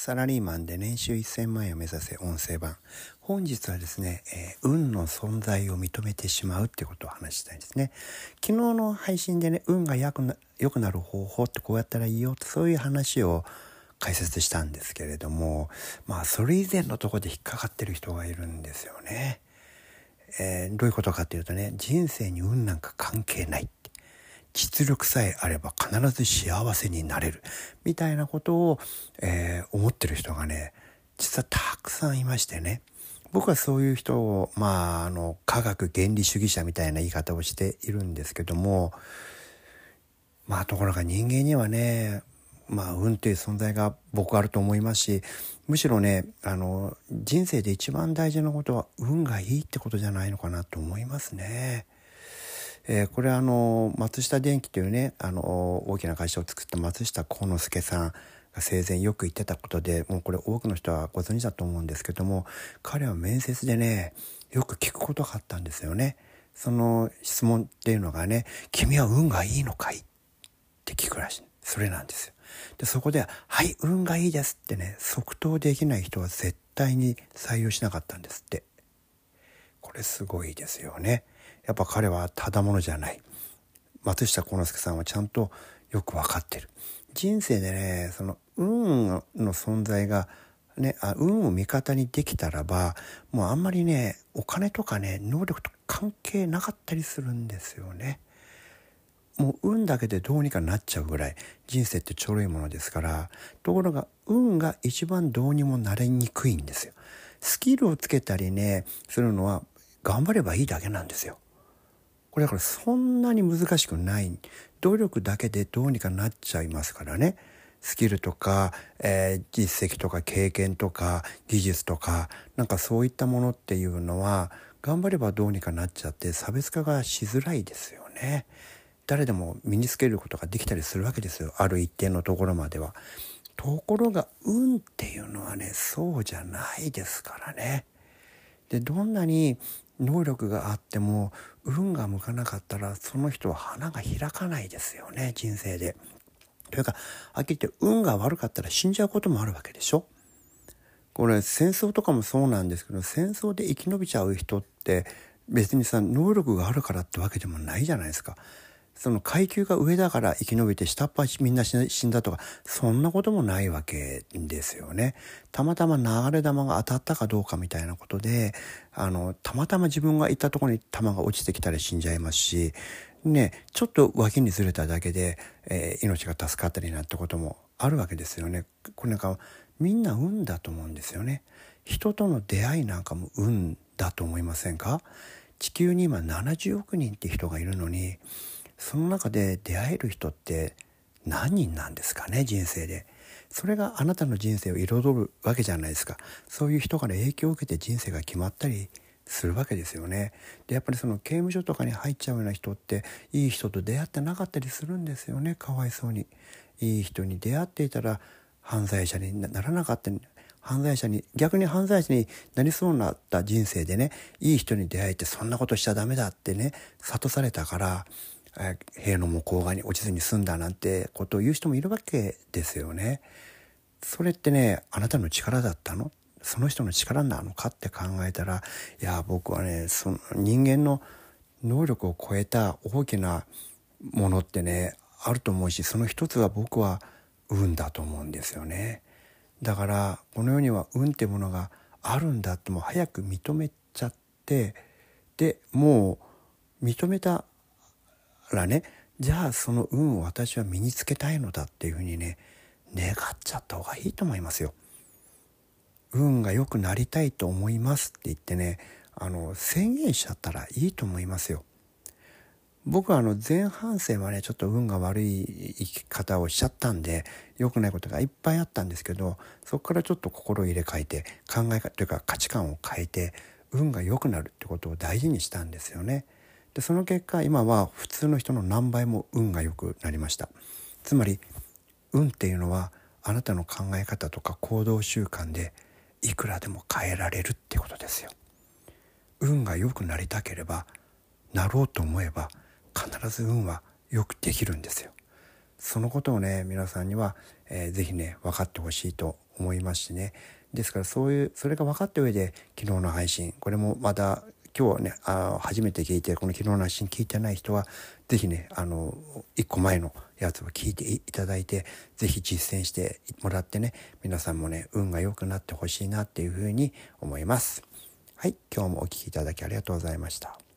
サラリーマンで年収1000万円を目指せ音声版。本日はですね、運の存在を認めてしまうってことを話したいんですね。昨日の配信でね、運が良くなる方法ってこうやったらいいよってそういう話を解説したんですけれども、それ以前のところで引っかかってる人がいるんですよね。どういうことかっていうとね、人生に運なんか関係ない。実力さえあれば必ず幸せになれるみたいなことを、思ってる人がね、実はたくさんいましてね、僕はそういう人を科学原理主義者みたいな言い方をしているんですけども、ところが人間にはね、運っていう存在が僕はあると思いますし、むしろね、人生で一番大事なことは運がいいってことじゃないのかなと思いますね。これは松下電器というね、大きな会社を作った松下幸之助さんが生前よく言ってたことで、もうこれ多くの人はご存知だと思うんですけども、彼は面接でね、よく聞くことがあったんですよね。その質問っていうのがね、君は運がいいのかいって聞くらしい。それなんですよ。で、そこではい、運がいいですってね、即答できない人は絶対に採用しなかったんですって。これすごいですよね。やっぱ彼はただものじゃない。松下幸之助さんはちゃんとよく分かってる。人生でね、その運の存在がね、運を味方にできたらば、もうあんまりね、お金とかね、能力と関係なかったりするんですよね。もう運だけでどうにかなっちゃうぐらい人生ってちょろいものですから。ところが運が一番どうにもなれにくいんですよ。スキルをつけたりねするのは頑張ればいいだけなんですよ。これだからそんなに難しくない。努力だけでどうにかなっちゃいますからね。スキルとか、実績とか経験とか技術とかそういったものっていうのは頑張ればどうにかなっちゃって差別化がしづらいですよね。誰でも身につけることができたりするわけですよ。ある一定のところまでは。ところが運っていうのはね、そうじゃないですからね。で、どんなに能力があっても運が向かなかったらその人は花が開かないですよね、人生で。というか、はっきり言って運が悪かったら死んじゃうこともあるわけでしょ。これ戦争とかもそうなんですけど、戦争で生き延びちゃう人って別に能力があるからってわけでもないじゃないですか。その階級が上だから生き延びて下っ端みんな死んだとか、そんなこともないわけですよね。たまたま流れ弾が当たったかどうかみたいなことで、たまたま自分が行ったところに弾が落ちてきたら死んじゃいますし、ちょっと脇にずれただけで、命が助かったりなんてこともあるわけですよね。これみんな運だと思うんですよね。人との出会いなんかも運だと思いませんか？地球に今70億人って人がいるのに、その中で出会える人って何人なんですかね、人生で。それがあなたの人生を彩るわけじゃないですか。そういう人から影響を受けて人生が決まったりするわけですよね。で、やっぱりその刑務所とかに入っちゃうような人っていい人と出会ってなかったりするんですよね。かわいそうに。いい人に出会っていたら犯罪者にならなかった。逆に犯罪者になりそうになった人生でね、いい人に出会えてそんなことしちゃダメだってね、諭されたから塀の向こう側に落ちずに済んだなんてことを言う人もいるわけですよね。それってね、あなたの力だったの？その人の力なのかって考えたら、いや僕はね、その人間の能力を超えた大きなものってねあると思うし、その一つは僕は運だと思うんですよね。だからこの世には運ってものがあるんだってもう早く認めちゃって、でもう認めたらね、じゃあその運を私は身につけたいのだっていうふうにね、願っちゃった方がいいと思いますよ。運が良くなりたいと思いますって言ってね、宣言しちゃったらいいと思いますよ。僕は前半戦はねちょっと運が悪い生き方をしちゃったんで良くないことがいっぱいあったんですけど、そこからちょっと心を入れ替えて考え方というか価値観を変えて運が良くなるってことを大事にしたんですよね。でその結果今は普通の人の何倍も運が良くなりました。つまり運っていうのはあなたの考え方とか行動習慣でいくらでも変えられるってことですよ。運が良くなりたければなろうと思えば必ず運はよくできるんですよ。 そのことをね皆さんには、ぜひね分かってほしいと思いますしね。ですからそれが分かった上で昨日の配信、これもまた今日はね初めて聞いてこの昨日の配信聞いてない人はぜひね1個前のやつを聞いていただいて、ぜひ実践してもらってね、皆さんもね運が良くなってほしいなっていうふうに思います。はい、今日もお聞きいただきありがとうございました。